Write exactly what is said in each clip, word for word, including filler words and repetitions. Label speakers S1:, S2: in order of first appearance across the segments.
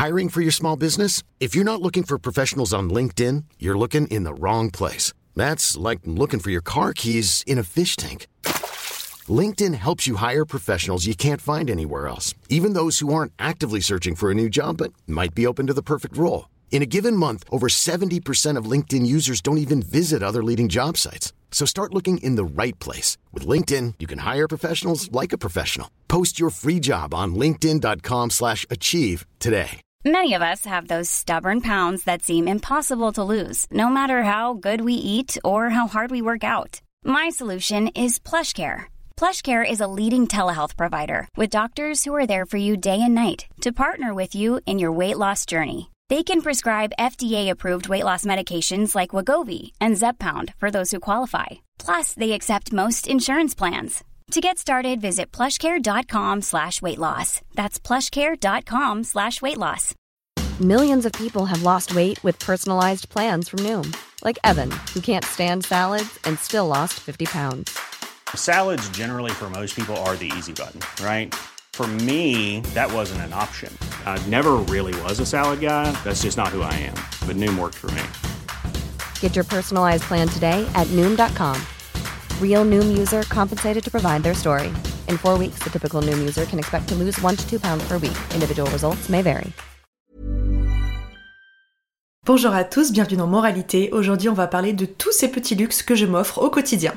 S1: Hiring for your small business? If you're not looking for professionals on LinkedIn, you're looking in the wrong place. That's like looking for your car keys in a fish tank. LinkedIn helps you hire professionals you can't find anywhere else, even those who aren't actively searching for a new job but might be open to the perfect role. In a given month, over seventy percent of LinkedIn users don't even visit other leading job sites. So start looking in the right place. With LinkedIn, you can hire professionals like a professional. Post your free job on linkedin.com slash achieve today.
S2: Many of us have those stubborn pounds that seem impossible to lose, no matter how good we eat or how hard we work out. My solution is PlushCare. PlushCare is a leading telehealth provider with doctors who are there for you day and night to partner with you in your weight loss journey. They can prescribe F D A-approved weight loss medications like Wegovy and Zepbound for those who qualify. Plus, they accept most insurance plans. To get started, visit plushcare.com slash weight loss. That's plushcare.com slash weight loss.
S3: Millions of people have lost weight with personalized plans from Noom. Like Evan, who can't stand salads and still lost fifty pounds.
S4: Salads generally for most people are the easy button, right? For me, that wasn't an option. I never really was a salad guy. That's just not who I am. But Noom worked for me.
S3: Get your personalized plan today at Noom dot com. Real Noom user compensated to provide their story. In four weeks, the typical Noom user can expect to lose one to two pounds per week. Individual results may vary.
S5: Bonjour à tous, bienvenue dans Moralité. Aujourd'hui, on va parler de tous ces petits luxes que je m'offre au quotidien.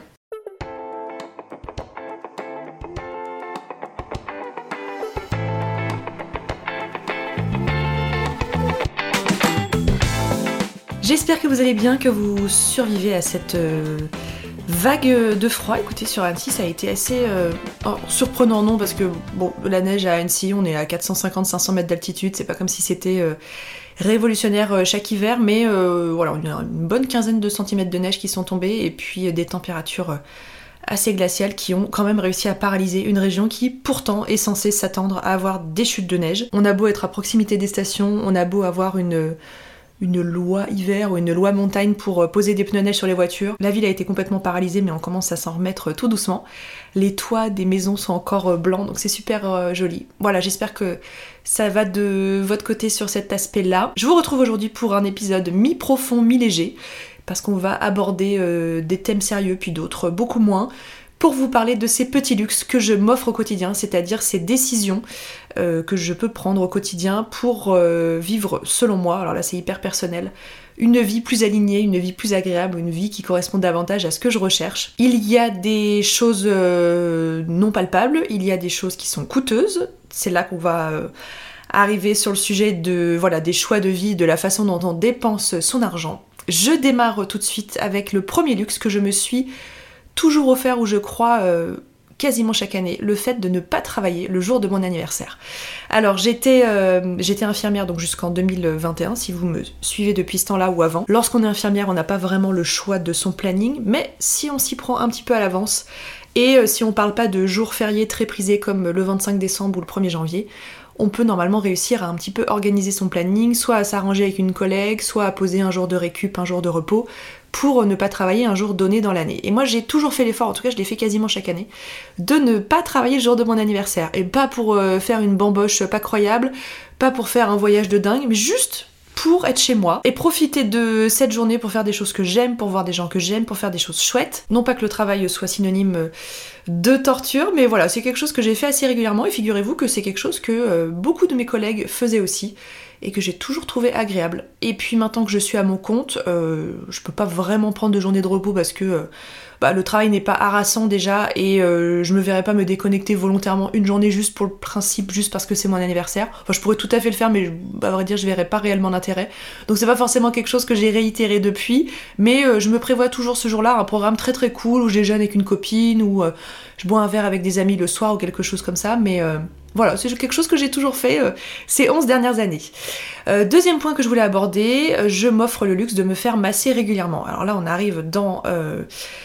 S5: J'espère que vous allez bien, que vous survivez à cette euh, vague de froid. Écoutez, sur Annecy, ça a été assez euh, oh, surprenant, non, parce que bon, la neige à Annecy, on est à quatre cent cinquante à cinq cents mètres d'altitude, c'est pas comme si c'était euh, révolutionnaire euh, chaque hiver, mais euh, voilà, on a une bonne quinzaine de centimètres de neige qui sont tombés, et puis euh, des températures euh, assez glaciales qui ont quand même réussi à paralyser une région qui pourtant est censée s'attendre à avoir des chutes de neige. On a beau être à proximité des stations, on a beau avoir une... une loi hiver ou une loi montagne pour poser des pneus neige sur les voitures. La ville a été complètement paralysée, mais on commence à s'en remettre tout doucement. Les toits des maisons sont encore blancs, donc c'est super euh, joli. Voilà, j'espère que ça va de votre côté sur cet aspect-là. Je vous retrouve aujourd'hui pour un épisode mi-profond, mi-léger, parce qu'on va aborder euh, des thèmes sérieux, puis d'autres beaucoup moins, pour vous parler de ces petits luxes que je m'offre au quotidien, c'est-à-dire ces décisions euh, que je peux prendre au quotidien pour euh, vivre, selon moi, alors là c'est hyper personnel, une vie plus alignée, une vie plus agréable, une vie qui correspond davantage à ce que je recherche. Il y a des choses euh, non palpables, il y a des choses qui sont coûteuses, c'est là qu'on va euh, arriver sur le sujet de, voilà, des choix de vie, de la façon dont on dépense son argent. Je démarre tout de suite avec le premier luxe que je me suis toujours offert, où je crois euh, quasiment chaque année, le fait de ne pas travailler le jour de mon anniversaire. Alors j'étais, euh, j'étais infirmière donc jusqu'en deux mille vingt et un, si vous me suivez depuis ce temps-là ou avant. Lorsqu'on est infirmière, on n'a pas vraiment le choix de son planning, mais si on s'y prend un petit peu à l'avance, et euh, si on parle pas de jours fériés très prisés comme le vingt-cinq décembre ou le premier janvier, on peut normalement réussir à un petit peu organiser son planning, soit à s'arranger avec une collègue, soit à poser un jour de récup, un jour de repos, pour ne pas travailler un jour donné dans l'année. Et moi j'ai toujours fait l'effort, en tout cas je l'ai fait quasiment chaque année, de ne pas travailler le jour de mon anniversaire. Et pas pour euh, faire une bamboche pas croyable, pas pour faire un voyage de dingue, mais juste pour être chez moi et profiter de cette journée pour faire des choses que j'aime, pour voir des gens que j'aime, pour faire des choses chouettes. Non pas que le travail soit synonyme de torture, mais voilà, c'est quelque chose que j'ai fait assez régulièrement, et figurez-vous que c'est quelque chose que euh, beaucoup de mes collègues faisaient aussi, et que j'ai toujours trouvé agréable. Et puis maintenant que je suis à mon compte, euh, je peux pas vraiment prendre de journée de repos parce que euh, bah, le travail n'est pas harassant déjà, et euh, je me verrais pas me déconnecter volontairement une journée juste pour le principe, juste parce que c'est mon anniversaire. Enfin, je pourrais tout à fait le faire, mais à vrai dire je verrais pas réellement l'intérêt. Donc c'est pas forcément quelque chose que j'ai réitéré depuis, mais euh, je me prévois toujours ce jour-là un programme très très cool où je déjeune avec une copine, ou euh, je bois un verre avec des amis le soir ou quelque chose comme ça, mais euh, voilà, c'est quelque chose que j'ai toujours fait euh, ces onze dernières années. Euh, deuxième point que je voulais aborder, euh, je m'offre le luxe de me faire masser régulièrement. Alors là, on arrive dans euh,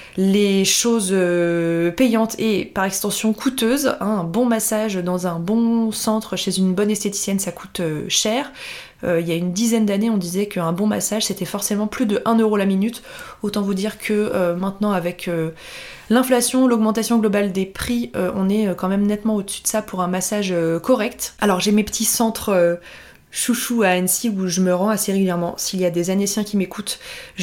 S5: les choses euh, payantes et par extension coûteuses. Hein. Un bon massage dans un bon centre chez une bonne esthéticienne, ça coûte euh, cher. Euh, il y a une dizaine d'années, on disait qu'un bon massage, c'était forcément plus de un euro la minute. Autant vous dire que euh, maintenant, avec euh, l'inflation, l'augmentation globale des prix, euh, on est quand même nettement au-dessus de ça pour un massage euh, correct. Alors j'ai mes petits centres... Euh, chouchou à Annecy où je me rends assez régulièrement. S'il y a des Annéciens qui m'écoutent,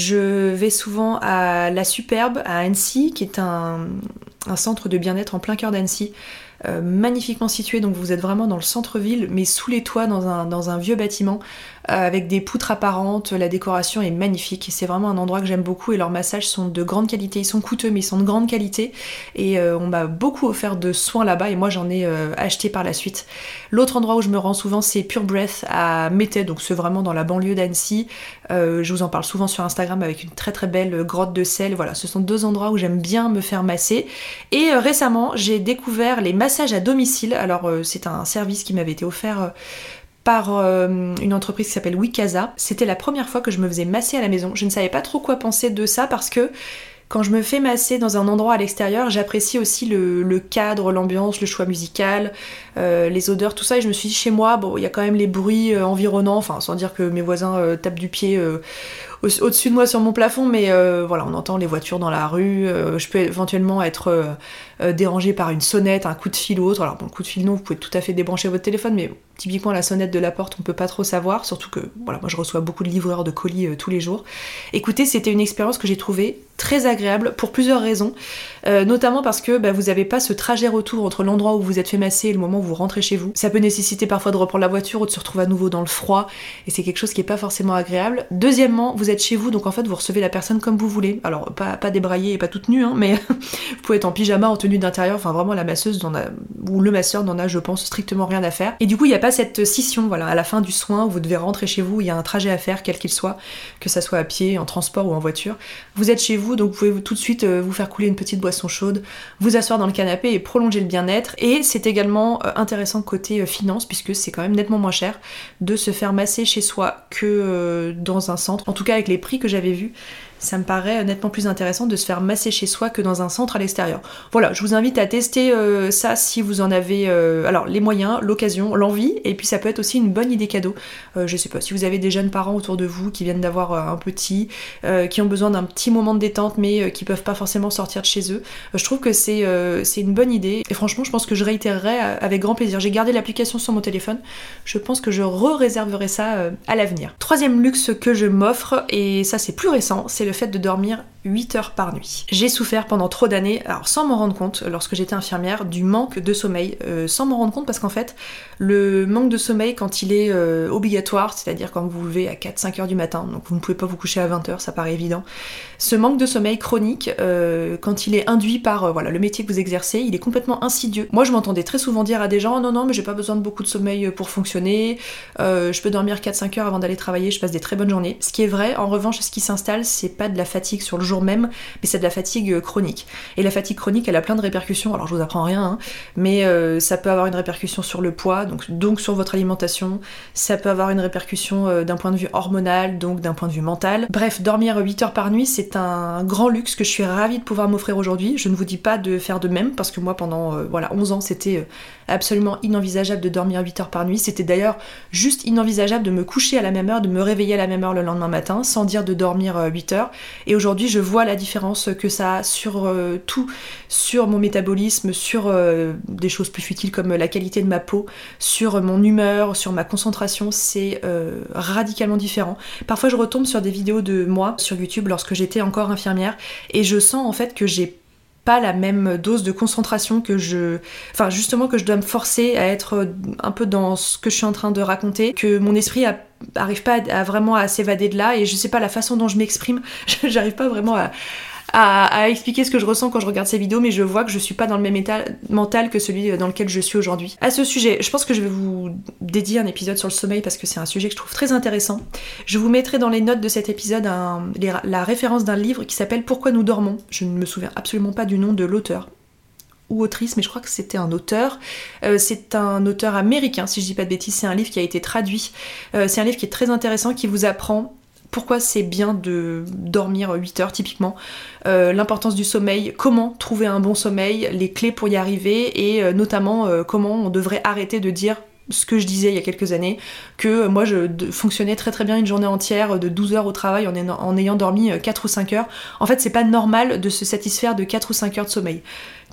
S5: je vais souvent à La Superbe à Annecy, qui est un, un centre de bien-être en plein cœur d'Annecy, euh, magnifiquement situé, donc vous êtes vraiment dans le centre-ville, mais sous les toits dans un, dans un vieux bâtiment, euh, avec des poutres apparentes, la décoration est magnifique, et c'est vraiment un endroit que j'aime beaucoup, et leurs massages sont de grande qualité, ils sont coûteux mais ils sont de grande qualité, et euh, on m'a beaucoup offert de soins là-bas, et moi j'en ai euh, acheté par la suite. L'autre endroit où je me rends souvent, c'est Pure Breath à Métais, donc c'est vraiment dans la banlieue d'Annecy, euh, je vous en parle souvent sur Instagram avec une très très belle grotte de sel, voilà, ce sont deux endroits où j'aime bien me faire masser, et euh, récemment j'ai découvert les massages à domicile. Alors euh, c'est un service qui m'avait été offert euh, par euh, une entreprise qui s'appelle Wikaza. C'était la première fois que je me faisais masser à la maison. Je ne savais pas trop quoi penser de ça parce que quand je me fais masser dans un endroit à l'extérieur, j'apprécie aussi le, le cadre, l'ambiance, le choix musical, euh, les odeurs, tout ça. Et je me suis dit, chez moi, bon, il y a quand même les bruits euh, environnants, enfin, sans dire que mes voisins euh, tapent du pied euh, au- au-dessus de moi sur mon plafond, mais euh, voilà, on entend les voitures dans la rue. Euh, je peux éventuellement être euh, euh, dérangée par une sonnette, un coup de fil ou autre. Alors, bon, le coup de fil, non, vous pouvez tout à fait débrancher votre téléphone, mais typiquement la sonnette de la porte, on peut pas trop savoir, surtout que, voilà, moi je reçois beaucoup de livreurs de colis euh, tous les jours. Écoutez, c'était une expérience que j'ai trouvée très agréable pour plusieurs raisons, euh, notamment parce que bah, vous n'avez pas ce trajet retour entre l'endroit où vous êtes fait masser et le moment où vous rentrez chez vous. Ça peut nécessiter parfois de reprendre la voiture ou de se retrouver à nouveau dans le froid, et c'est quelque chose qui est pas forcément agréable. Deuxièmement, vous êtes chez vous, donc en fait vous recevez la personne comme vous voulez. Alors pas, pas débraillée et pas toute nue, hein, mais vous pouvez être en pyjama, en tenue d'intérieur, enfin vraiment la masseuse n'en a, ou le masseur n'en a, je pense, strictement rien à faire. Et du coup il n'y a pas cette scission, voilà, à la fin du soin où vous devez rentrer chez vous, il y a un trajet à faire, quel qu'il soit, que ça soit à pied, en transport ou en voiture. Vous êtes chez vous, donc vous pouvez tout de suite euh, vous faire couler une petite boisson chaude, vous asseoir dans le canapé et prolonger le bien-être. Et c'est également euh, intéressant côté euh, finance, puisque c'est quand même nettement moins cher de se faire masser chez soi que euh, dans un centre. En tout cas avec les prix que j'avais vus, ça me paraît nettement plus intéressant de se faire masser chez soi que dans un centre à l'extérieur. Voilà, je vous invite à tester euh, ça si vous en avez euh, alors les moyens, l'occasion, l'envie, et puis ça peut être aussi une bonne idée cadeau. Euh, je sais pas, si vous avez des jeunes parents autour de vous qui viennent d'avoir euh, un petit, euh, qui ont besoin d'un petit moment de détente mais euh, qui peuvent pas forcément sortir de chez eux, euh, je trouve que c'est, euh, c'est une bonne idée, et franchement je pense que je réitérerai euh, avec grand plaisir. J'ai gardé l'application sur mon téléphone, je pense que je re-réserverai ça euh, à l'avenir. Troisième luxe que je m'offre, et ça c'est plus récent, c'est le fait de dormir huit heures par nuit. J'ai souffert pendant trop d'années, alors sans m'en rendre compte, lorsque j'étais infirmière, du manque de sommeil, euh, sans m'en rendre compte parce qu'en fait, le manque de sommeil quand il est euh, obligatoire, c'est-à-dire quand vous vous levez à quatre cinq heures du matin, donc vous ne pouvez pas vous coucher à vingt heures, ça paraît évident, ce manque de sommeil chronique, euh, quand il est induit par euh, voilà, le métier que vous exercez, il est complètement insidieux. Moi je m'entendais très souvent dire à des gens, non non mais j'ai pas besoin de beaucoup de sommeil pour fonctionner, euh, je peux dormir quatre cinq heures avant d'aller travailler, je passe des très bonnes journées. Ce qui est vrai, en revanche, ce qui s'installe, c'est pas de la fatigue sur le jour même, mais c'est de la fatigue chronique. Et la fatigue chronique, elle a plein de répercussions, alors je vous apprends rien, hein, mais euh, ça peut avoir une répercussion sur le poids, donc, donc sur votre alimentation, ça peut avoir une répercussion euh, d'un point de vue hormonal, donc d'un point de vue mental. Bref, dormir huit heures par nuit, c'est un grand luxe que je suis ravie de pouvoir m'offrir aujourd'hui. Je ne vous dis pas de faire de même, parce que moi pendant euh, voilà, onze ans, c'était euh, absolument inenvisageable de dormir huit heures par nuit. C'était d'ailleurs juste inenvisageable de me coucher à la même heure, de me réveiller à la même heure le lendemain matin, sans dire de dormir euh, huit heures. Et aujourd'hui, je vois la différence que ça a sur euh, tout, sur mon métabolisme, sur euh, des choses plus futiles comme la qualité de ma peau, sur mon humeur, sur ma concentration. C'est euh, radicalement différent. Parfois, je retombe sur des vidéos de moi sur YouTube lorsque j'étais encore infirmière, et je sens en fait que j'ai pas la même dose de concentration, que je... Enfin, justement, que je dois me forcer à être un peu dans ce que je suis en train de raconter, que mon esprit a... arrive pas à, à vraiment à s'évader de là, et je sais pas, la façon dont je m'exprime, j'arrive pas vraiment à... À, à expliquer ce que je ressens quand je regarde ces vidéos, mais je vois que je suis pas dans le même état mental que celui dans lequel je suis aujourd'hui. À ce sujet, je pense que je vais vous dédier un épisode sur le sommeil parce que c'est un sujet que je trouve très intéressant. Je vous mettrai dans les notes de cet épisode un, les, la référence d'un livre qui s'appelle Pourquoi nous dormons. Je ne me souviens absolument pas du nom de l'auteur ou autrice, mais je crois que c'était un auteur. Euh, c'est un auteur américain, si je dis pas de bêtises, c'est un livre qui a été traduit. Euh, c'est un livre qui est très intéressant, qui vous apprend pourquoi c'est bien de dormir huit heures typiquement, euh, l'importance du sommeil, comment trouver un bon sommeil, les clés pour y arriver, et euh, notamment euh, comment on devrait arrêter de dire ce que je disais il y a quelques années, que moi je de, fonctionnais très très bien une journée entière de douze heures au travail en, ayant, en ayant dormi quatre ou cinq heures. En fait c'est pas normal de se satisfaire de quatre ou cinq heures de sommeil.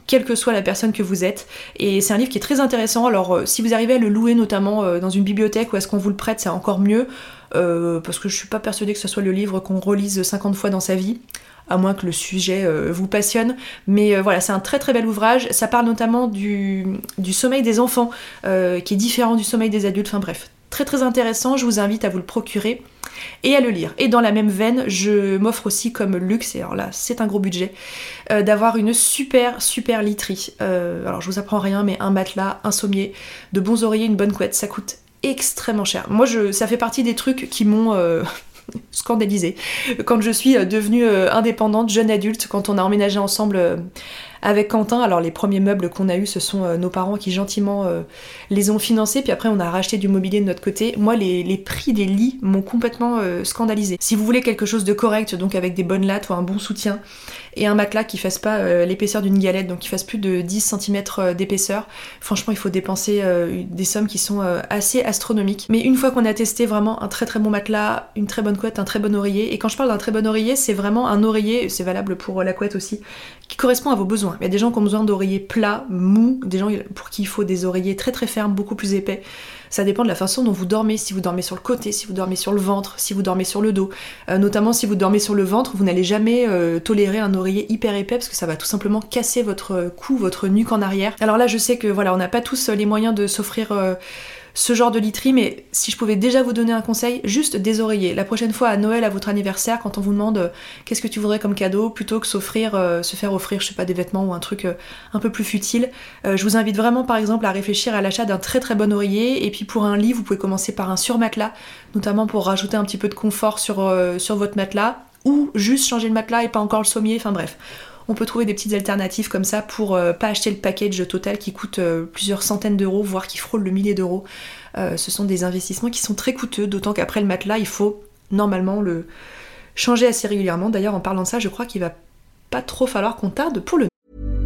S5: quelle que soit la personne que vous êtes. Et c'est un livre qui est très intéressant. Alors euh, si vous arrivez à le louer notamment euh, dans une bibliothèque ou est-ce qu'on vous le prête, c'est encore mieux, euh, parce que je suis pas persuadée que ce soit le livre qu'on relise cinquante fois dans sa vie, à moins que le sujet euh, vous passionne. Mais euh, voilà, c'est un très très bel ouvrage. Ça parle notamment du, du sommeil des enfants, euh, qui est différent du sommeil des adultes. Enfin bref, très très intéressant. Je vous invite à vous le procurer et à le lire. Et dans la même veine, je m'offre aussi comme luxe, et alors là c'est un gros budget, euh, d'avoir une super super literie. Euh, alors je vous apprends rien, mais un matelas, un sommier, de bons oreillers, une bonne couette, ça coûte extrêmement cher. Moi je, ça fait partie des trucs qui m'ont... Euh, scandalisée quand je suis devenue indépendante, jeune adulte, quand on a emménagé ensemble avec Quentin. Alors les premiers meubles qu'on a eu, ce sont nos parents qui gentiment les ont financés, puis après on a racheté du mobilier de notre côté. Moi les, les prix des lits m'ont complètement scandalisée. Si vous voulez quelque chose de correct, donc avec des bonnes lattes ou un bon soutien, et un matelas qui fasse pas euh, l'épaisseur d'une galette, donc qui fasse plus de dix centimètres d'épaisseur, franchement il faut dépenser euh, des sommes qui sont euh, assez astronomiques. Mais une fois qu'on a testé vraiment un très très bon matelas, une très bonne couette, un très bon oreiller, et quand je parle d'un très bon oreiller, c'est vraiment un oreiller, c'est valable pour la couette aussi, qui correspond à vos besoins. Il y a des gens qui ont besoin d'oreillers plats, mous, des gens pour qui il faut des oreillers très très fermes, beaucoup plus épais. Ça dépend de la façon dont vous dormez, si vous dormez sur le côté, si vous dormez sur le ventre, si vous dormez sur le dos. Euh, notamment si vous dormez sur le ventre, vous n'allez jamais euh, tolérer un oreiller hyper épais parce que ça va tout simplement casser votre cou, votre nuque en arrière. Alors là je sais que voilà, on n'a pas tous les moyens de s'offrir euh, ce genre de literie, mais si je pouvais déjà vous donner un conseil, juste des oreillers. La prochaine fois à Noël, à votre anniversaire, quand on vous demande euh, qu'est-ce que tu voudrais comme cadeau, plutôt que s'offrir, euh, se faire offrir, je sais pas, des vêtements ou un truc euh, un peu plus futile, euh, je vous invite vraiment par exemple à réfléchir à l'achat d'un très très bon oreiller. Et puis pour un lit, vous pouvez commencer par un surmatelas, notamment pour rajouter un petit peu de confort sur, euh, sur votre matelas, ou juste changer le matelas et pas encore le sommier, enfin bref. On peut trouver des petites alternatives comme ça pour euh, pas acheter le package total qui coûte euh, plusieurs centaines d'euros, voire qui frôle le millier d'euros. Euh, ce sont des investissements qui sont très coûteux, d'autant qu'après le matelas, il faut normalement le changer assez régulièrement. D'ailleurs, en parlant de ça, je crois qu'il va pas trop falloir qu'on tarde pour le...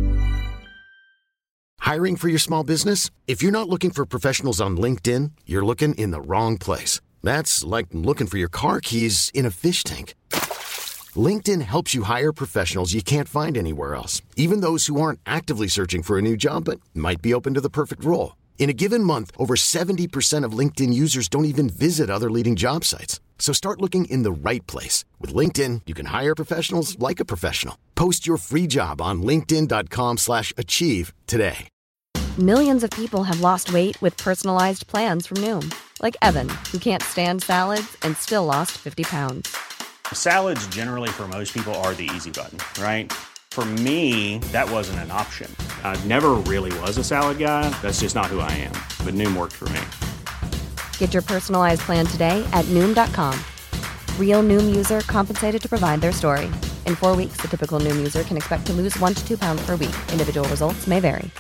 S1: Hiring for your small business? If you're not looking for professionals on LinkedIn, you're looking in the wrong place. That's like looking for your car keys in a fish tank. LinkedIn helps you hire professionals you can't find anywhere else, even those who aren't actively searching for a new job but might be open to the perfect role. In a given month, over seventy percent of LinkedIn users don't even visit other leading job sites. So start looking in the right place. With LinkedIn, you can hire professionals like a professional. Post your free job on linkedin dot com slash achieve today.
S3: Millions of people have lost weight with personalized plans from Noom. Like Evan, who can't stand salads and still lost fifty pounds.
S4: Salads generally for most people are the easy button, right? For me, that wasn't an option. I never really was a salad guy. That's just not who I am. But Noom worked for me.
S3: Get your personalized plan today at Noom dot com. Real Noom user compensated to provide their story. In four weeks, the typical Noom user can expect to lose one to two pounds per week. Individual results may vary.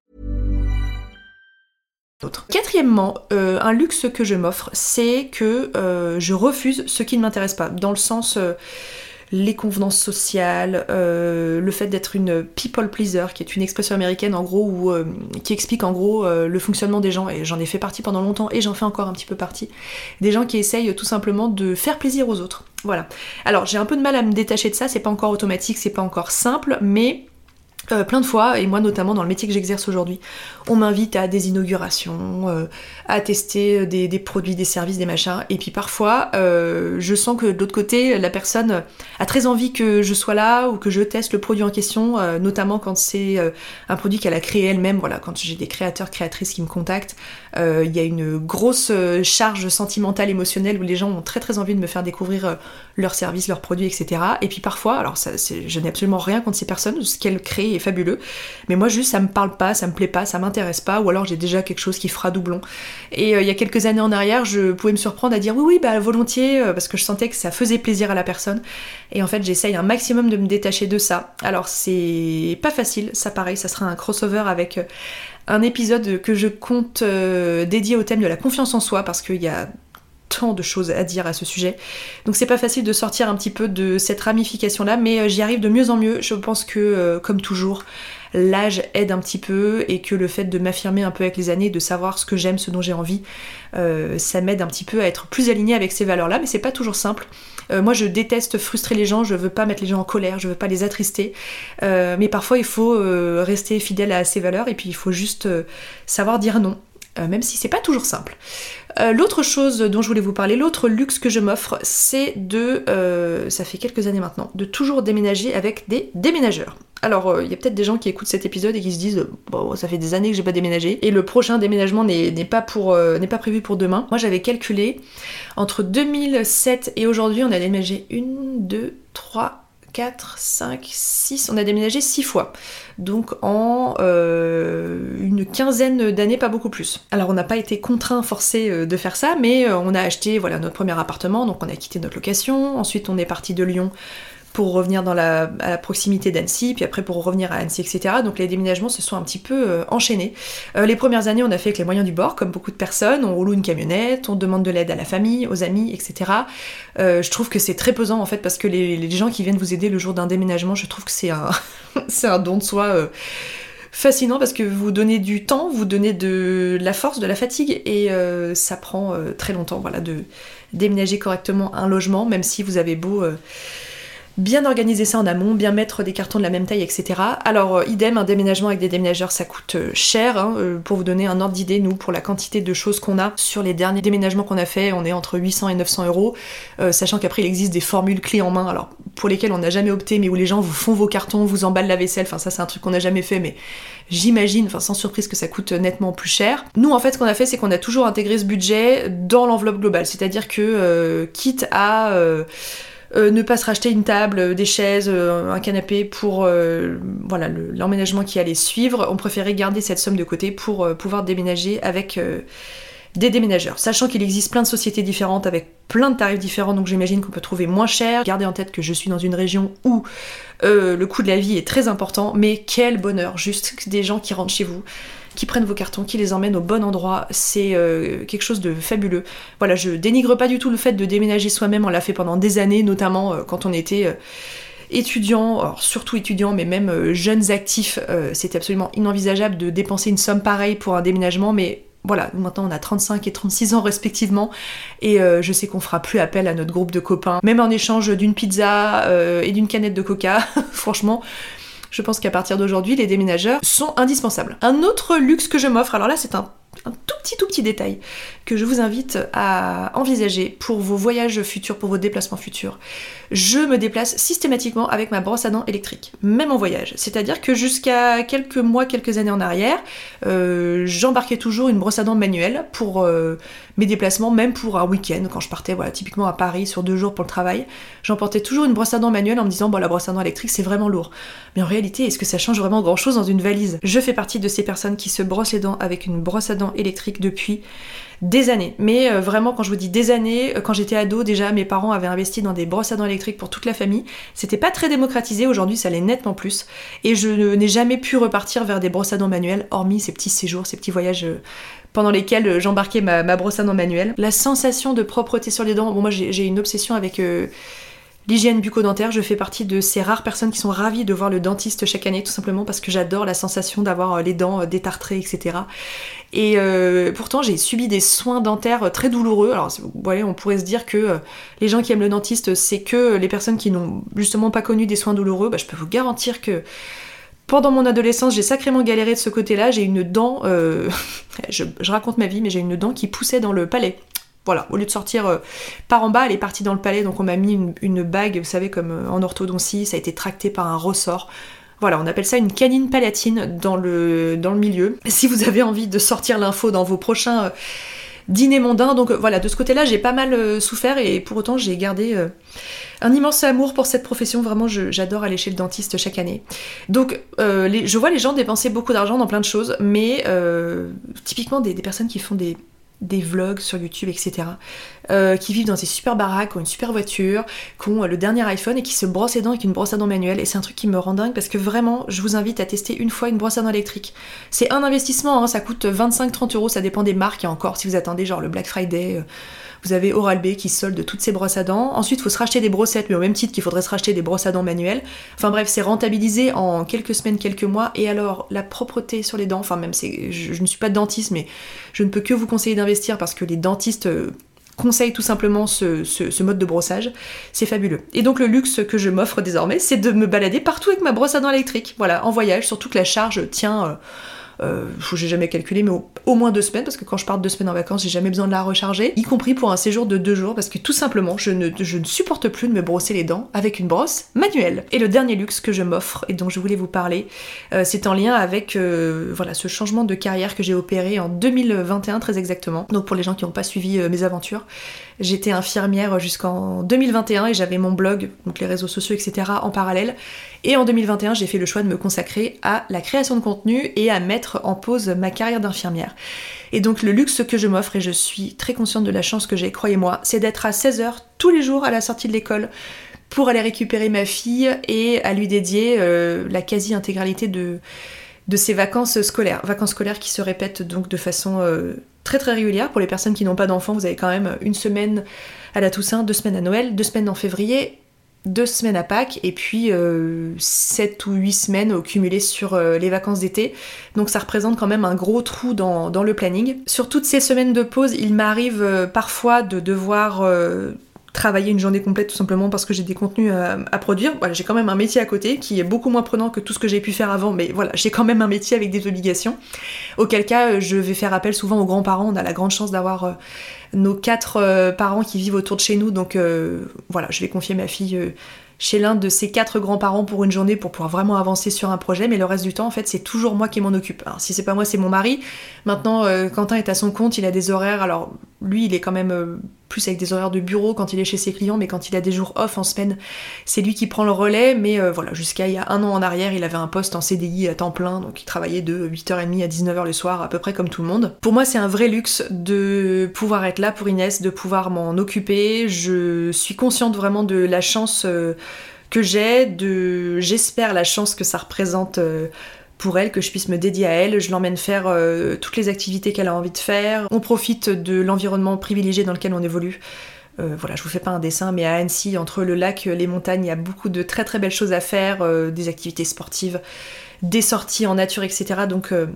S5: Quatrièmement, euh, un luxe que je m'offre, c'est que euh, je refuse ce qui ne m'intéresse pas. Dans le sens, euh, les convenances sociales, euh, le fait d'être une people pleaser, qui est une expression américaine en gros, où, euh, qui explique en gros euh, le fonctionnement des gens, et j'en ai fait partie pendant longtemps, et j'en fais encore un petit peu partie, des gens qui essayent tout simplement de faire plaisir aux autres. Voilà. Alors j'ai un peu de mal à me détacher de ça, c'est pas encore automatique, c'est pas encore simple, mais... Euh, plein de fois, et moi notamment dans le métier que j'exerce aujourd'hui, on m'invite à des inaugurations, euh, à tester des, des produits, des services, des machins, et puis parfois euh, je sens que de l'autre côté, la personne a très envie que je sois là ou que je teste le produit en question, euh, notamment quand c'est euh, un produit qu'elle a créé elle-même. Voilà, quand j'ai des créateurs, créatrices qui me contactent, euh, il y a une grosse charge sentimentale, émotionnelle, où les gens ont très très envie de me faire découvrir euh, leurs services, leurs produits, et cetera. Et puis parfois, alors ça, c'est, je n'ai absolument rien contre ces personnes, ce qu'elles créent est fabuleux, mais moi juste ça me parle pas, ça me plaît pas, ça m'intéresse pas, ou alors j'ai déjà quelque chose qui fera doublon. Et euh, il y a quelques années en arrière, je pouvais me surprendre à dire oui oui bah volontiers, euh, parce que je sentais que ça faisait plaisir à la personne, et en fait j'essaye un maximum de me détacher de ça. Alors c'est pas facile, ça pareil, ça sera un crossover avec euh, un épisode que je compte euh, dédié au thème de la confiance en soi, parce qu'il y a tant de choses à dire à ce sujet. Donc c'est pas facile de sortir un petit peu de cette ramification-là, mais j'y arrive de mieux en mieux. Je pense que, euh, comme toujours, l'âge aide un petit peu, et que le fait de m'affirmer un peu avec les années, de savoir ce que j'aime, ce dont j'ai envie, euh, ça m'aide un petit peu à être plus alignée avec ces valeurs-là, mais c'est pas toujours simple. Euh, moi je déteste frustrer les gens, je veux pas mettre les gens en colère, je veux pas les attrister, euh, mais parfois il faut euh, rester fidèle à ses valeurs et puis il faut juste euh, savoir dire non. Euh, même si c'est pas toujours simple. Euh, l'autre chose dont je voulais vous parler, l'autre luxe que je m'offre, c'est de, euh, ça fait quelques années maintenant, de toujours déménager avec des déménageurs. Alors, il euh, y a peut-être des gens qui écoutent cet épisode et qui se disent bon, ça fait des années que j'ai pas déménagé et le prochain déménagement n'est, n'est pas pour, euh, n'est pas prévu pour demain. Moi, j'avais calculé entre deux mille sept et aujourd'hui, on a déménagé une, deux, trois, quatre, cinq, six, on a déménagé six fois. Donc en euh, une quinzaine d'années, pas beaucoup plus. Alors on n'a pas été contraint, forcé euh, de faire ça, mais euh, on a acheté voilà, notre premier appartement, donc on a quitté notre location, ensuite on est parti de Lyon pour revenir dans la, à la proximité d'Annecy, puis après pour revenir à Annecy, et cetera. Donc les déménagements se sont un petit peu euh, enchaînés. Euh, les premières années, on a fait avec les moyens du bord, comme beaucoup de personnes. On loue une camionnette, on demande de l'aide à la famille, aux amis, et cetera. Euh, je trouve que c'est très pesant en fait, parce que les, les gens qui viennent vous aider le jour d'un déménagement, je trouve que c'est un, c'est un don de soi euh, fascinant, parce que vous donnez du temps, vous donnez de la force, de la fatigue, et euh, ça prend euh, très longtemps voilà, de déménager correctement un logement, même si vous avez beau... Euh, bien organiser ça en amont, bien mettre des cartons de la même taille, et cetera. Alors, euh, idem, un déménagement avec des déménageurs, ça coûte euh, cher. Hein, euh, pour vous donner un ordre d'idée, nous, pour la quantité de choses qu'on a, sur les derniers déménagements qu'on a fait, on est entre huit cents et neuf cents euros, euh, sachant qu'après, il existe des formules clés en main, alors pour lesquelles on n'a jamais opté, mais où les gens vous font vos cartons, vous emballent la vaisselle, enfin ça, c'est un truc qu'on n'a jamais fait, mais j'imagine, enfin sans surprise, que ça coûte nettement plus cher. Nous, en fait, ce qu'on a fait, c'est qu'on a toujours intégré ce budget dans l'enveloppe globale, c'est-à-dire que, euh, quitte à... Euh, Euh, ne pas se racheter une table, euh, des chaises, euh, un canapé pour euh, voilà, le, l'emménagement qui allait suivre, on préférait garder cette somme de côté pour euh, pouvoir déménager avec euh, des déménageurs. Sachant qu'il existe plein de sociétés différentes avec plein de tarifs différents, donc j'imagine qu'on peut trouver moins cher. Gardez en tête que je suis dans une région où euh, le coût de la vie est très important, mais quel bonheur, juste des gens qui rentrent chez vous, qui prennent vos cartons, qui les emmènent au bon endroit, c'est euh, quelque chose de fabuleux. Voilà, je dénigre pas du tout le fait de déménager soi-même, on l'a fait pendant des années, notamment euh, quand on était euh, étudiant, alors surtout étudiant, mais même euh, jeunes actifs, euh, c'était absolument inenvisageable de dépenser une somme pareille pour un déménagement, mais voilà, maintenant on a trente-cinq et trente-six ans respectivement, et euh, je sais qu'on fera plus appel à notre groupe de copains, même en échange d'une pizza euh, et d'une canette de coca, franchement... Je pense qu'à partir d'aujourd'hui, les déménageurs sont indispensables. Un autre luxe que je m'offre, alors là c'est un, un tout petit tout petit détail que je vous invite à envisager pour vos voyages futurs, pour vos déplacements futurs. Je me déplace systématiquement avec ma brosse à dents électrique, même en voyage. C'est-à-dire que jusqu'à quelques mois, quelques années en arrière, euh, j'embarquais toujours une brosse à dents manuelle pour euh, mes déplacements, même pour un week-end, quand je partais voilà, typiquement à Paris sur deux jours pour le travail. J'emportais toujours une brosse à dents manuelle en me disant bon, la brosse à dents électrique c'est vraiment lourd. Mais en réalité, est-ce que ça change vraiment grand-chose dans une valise ? Je fais partie de ces personnes qui se brossent les dents avec une brosse à dents électrique depuis des années. Mais euh, vraiment, quand je vous dis des années, quand j'étais ado, déjà, mes parents avaient investi dans des brosses à dents électriques pour toute la famille. C'était pas très démocratisé, aujourd'hui ça l'est nettement plus. Et je n'ai jamais pu repartir vers des brosses à dents manuelles, hormis ces petits séjours, ces petits voyages euh, pendant lesquels j'embarquais ma, ma brosse à dents manuelle. La sensation de propreté sur les dents, bon moi j'ai, j'ai une obsession avec... Euh, L'hygiène bucco-dentaire, je fais partie de ces rares personnes qui sont ravies de voir le dentiste chaque année, tout simplement parce que j'adore la sensation d'avoir les dents détartrées, et cetera. Et euh, pourtant, j'ai subi des soins dentaires très douloureux. Alors, vous voyez, on pourrait se dire que euh, les gens qui aiment le dentiste, c'est que les personnes qui n'ont justement pas connu des soins douloureux. Bah, je peux vous garantir que pendant mon adolescence, j'ai sacrément galéré de ce côté-là. J'ai une dent, euh... je, je raconte ma vie, mais j'ai une dent qui poussait dans le palais. Voilà, au lieu de sortir euh, par en bas, elle est partie dans le palais, donc on m'a mis une, une bague, vous savez, comme euh, en orthodontie, ça a été tracté par un ressort. Voilà, on appelle ça une canine palatine dans le, dans le milieu. Si vous avez envie de sortir l'info dans vos prochains euh, dîners mondains, donc euh, voilà, de ce côté-là, j'ai pas mal euh, souffert, et pour autant, j'ai gardé euh, un immense amour pour cette profession. Vraiment, je, j'adore aller chez le dentiste chaque année. Donc, euh, les, je vois les gens dépenser beaucoup d'argent dans plein de choses, mais euh, typiquement des, des personnes qui font des... des vlogs sur YouTube, et cetera, euh, qui vivent dans des super baraques, qui ont une super voiture, qui ont le dernier iPhone et qui se brossent les dents avec une brosse à dents manuelle. Et c'est un truc qui me rend dingue parce que vraiment, je vous invite à tester une fois une brosse à dents électrique. C'est un investissement, hein, ça coûte vingt-cinq à trente euros, ça dépend des marques, et encore, si vous attendez genre le Black Friday... Euh, vous avez Oral-B qui solde toutes ses brosses à dents. Ensuite, il faut se racheter des brossettes, mais au même titre qu'il faudrait se racheter des brosses à dents manuelles. Enfin bref, c'est rentabilisé en quelques semaines, quelques mois. Et alors, la propreté sur les dents, enfin même, c'est, je, je ne suis pas dentiste, mais je ne peux que vous conseiller d'investir parce que les dentistes... Euh, conseille tout simplement ce, ce, ce mode de brossage, c'est fabuleux. Et donc le luxe que je m'offre désormais, c'est de me balader partout avec ma brosse à dents électrique, voilà, en voyage, surtout que la charge tient... Euh, Euh, j'ai jamais calculé, mais au, au moins deux semaines, parce que quand je pars deux semaines en vacances, j'ai jamais besoin de la recharger, y compris pour un séjour de deux jours, parce que tout simplement, je ne, je ne supporte plus de me brosser les dents avec une brosse manuelle. Et le dernier luxe que je m'offre, et dont je voulais vous parler, euh, c'est en lien avec euh, voilà, ce changement de carrière que j'ai opéré en deux mille vingt et un, très exactement. Donc pour les gens qui n'ont pas suivi euh, mes aventures, j'étais infirmière jusqu'en deux mille vingt et un, et j'avais mon blog, donc les réseaux sociaux, et cetera en parallèle. Et en deux mille vingt et un, j'ai fait le choix de me consacrer à la création de contenu et à mettre en pause ma carrière d'infirmière. Et donc le luxe que je m'offre, et je suis très consciente de la chance que j'ai, croyez-moi, c'est d'être à seize heures tous les jours à la sortie de l'école pour aller récupérer ma fille et à lui dédier euh, la quasi-intégralité de, de ses vacances scolaires. Vacances scolaires qui se répètent donc de façon euh, très très régulière. Pour les personnes qui n'ont pas d'enfants, vous avez quand même une semaine à la Toussaint, deux semaines à Noël, deux semaines en février, deux semaines à Pâques, et puis euh, sept ou huit semaines au cumulé sur euh, les vacances d'été. Donc ça représente quand même un gros trou dans, dans le planning. Sur toutes ces semaines de pause, il m'arrive euh, parfois de devoir euh, travailler une journée complète, tout simplement parce que j'ai des contenus à, à produire. Voilà, j'ai quand même un métier à côté qui est beaucoup moins prenant que tout ce que j'ai pu faire avant, mais voilà, j'ai quand même un métier avec des obligations. Auquel cas, je vais faire appel souvent aux grands-parents. On a la grande chance d'avoir euh, nos quatre euh, parents qui vivent autour de chez nous, donc euh, voilà, je vais confier ma fille euh, chez l'un de ces quatre grands-parents pour une journée pour pouvoir vraiment avancer sur un projet, mais le reste du temps, en fait, c'est toujours moi qui m'en occupe. Alors, si c'est pas moi, c'est mon mari. Maintenant, euh, Quentin est à son compte, il a des horaires, alors lui, il est quand même euh, plus avec des horaires de bureau quand il est chez ses clients, mais quand il a des jours off en semaine, c'est lui qui prend le relais, mais euh, voilà, jusqu'à il y a un an en arrière, il avait un poste en C D I à temps plein, donc il travaillait de huit heures trente à dix-neuf heures le soir, à peu près comme tout le monde. Pour moi, c'est un vrai luxe de pouvoir être là pour Inès, de pouvoir m'en occuper. Je suis consciente vraiment de la chance euh, que j'ai, de, j'espère la chance que ça représente euh, pour elle, que je puisse me dédier à elle. Je l'emmène faire euh, toutes les activités qu'elle a envie de faire. On profite de l'environnement privilégié dans lequel on évolue. Euh, voilà, je vous fais pas un dessin, mais à Annecy, entre le lac, les montagnes, il y a beaucoup de très très belles choses à faire, euh, des activités sportives, des sorties en nature, et cetera. Donc euh,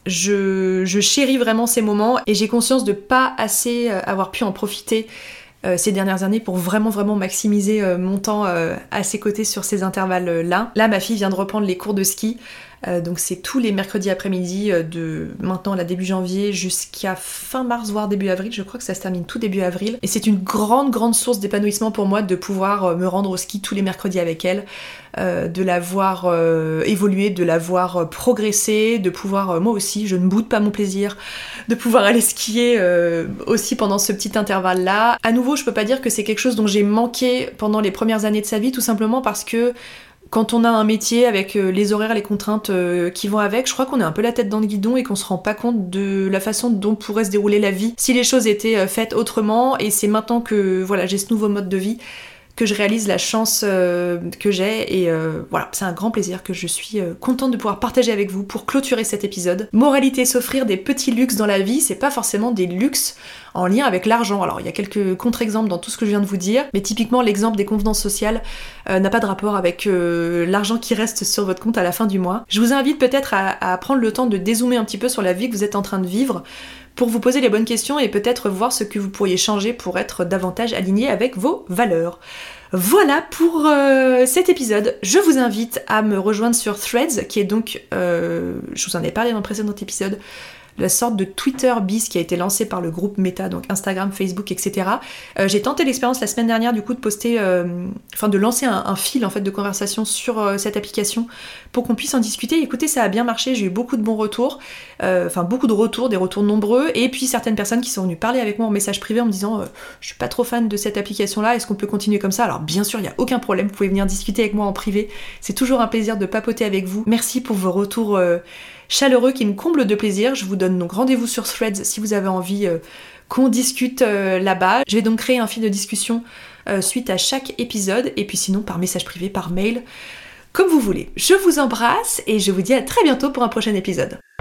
S5: je, je chéris vraiment ces moments, et j'ai conscience de pas assez euh, avoir pu en profiter Euh, ces dernières années pour vraiment vraiment maximiser euh, mon temps euh, à ses côtés sur ces intervalles-là. Là, ma fille vient de reprendre les cours de ski, euh, donc c'est tous les mercredis après-midi euh, de maintenant là début janvier jusqu'à fin mars, voire début avril. Je crois que ça se termine tout début avril. Et c'est une grande grande source d'épanouissement pour moi de pouvoir euh, me rendre au ski tous les mercredis avec elle, euh, de la voir euh, évoluer, de la voir euh, progresser, de pouvoir, euh, moi aussi, je ne boude pas mon plaisir, de pouvoir aller skier euh, aussi pendant ce petit intervalle-là. À nouveau, je peux pas dire que c'est quelque chose dont j'ai manqué pendant les premières années de sa vie, tout simplement parce que quand on a un métier avec euh, les horaires, les contraintes euh, qui vont avec, je crois qu'on est un peu la tête dans le guidon et qu'on se rend pas compte de la façon dont pourrait se dérouler la vie si les choses étaient euh, faites autrement. Et c'est maintenant que voilà, j'ai ce nouveau mode de vie que je réalise la chance euh, que j'ai, et euh, voilà, c'est un grand plaisir que je suis euh, contente de pouvoir partager avec vous pour clôturer cet épisode. Moralité, s'offrir des petits luxes dans la vie, c'est pas forcément des luxes en lien avec l'argent. Alors il y a quelques contre-exemples dans tout ce que je viens de vous dire, mais typiquement l'exemple des convenances sociales euh, n'a pas de rapport avec euh, l'argent qui reste sur votre compte à la fin du mois. Je vous invite peut-être à, à prendre le temps de dézoomer un petit peu sur la vie que vous êtes en train de vivre, pour vous poser les bonnes questions et peut-être voir ce que vous pourriez changer pour être davantage aligné avec vos valeurs. Voilà pour euh, cet épisode. Je vous invite à me rejoindre sur Threads, qui est donc, euh, je vous en ai parlé dans le précédent épisode, la sorte de Twitter bis qui a été lancé par le groupe Meta, donc Instagram, Facebook, et cetera. Euh, j'ai tenté l'expérience la semaine dernière du coup de poster, euh, enfin de lancer un, un fil en fait de conversation sur euh, cette application pour qu'on puisse en discuter. Écoutez, ça a bien marché, j'ai eu beaucoup de bons retours, euh, enfin beaucoup de retours, des retours nombreux, et puis certaines personnes qui sont venues parler avec moi en message privé en me disant euh, je suis pas trop fan de cette application-là, est-ce qu'on peut continuer comme ça? Alors bien sûr, il n'y a aucun problème, vous pouvez venir discuter avec moi en privé, c'est toujours un plaisir de papoter avec vous. Merci pour vos retours euh, chaleureux qui me comblent de plaisir. Je vous donne donc rendez-vous sur Threads si vous avez envie euh, qu'on discute euh, là-bas. Je vais donc créer un fil de discussion euh, suite à chaque épisode, et puis sinon par message privé, par mail, comme vous voulez. Je vous embrasse et je vous dis à très bientôt pour un prochain épisode.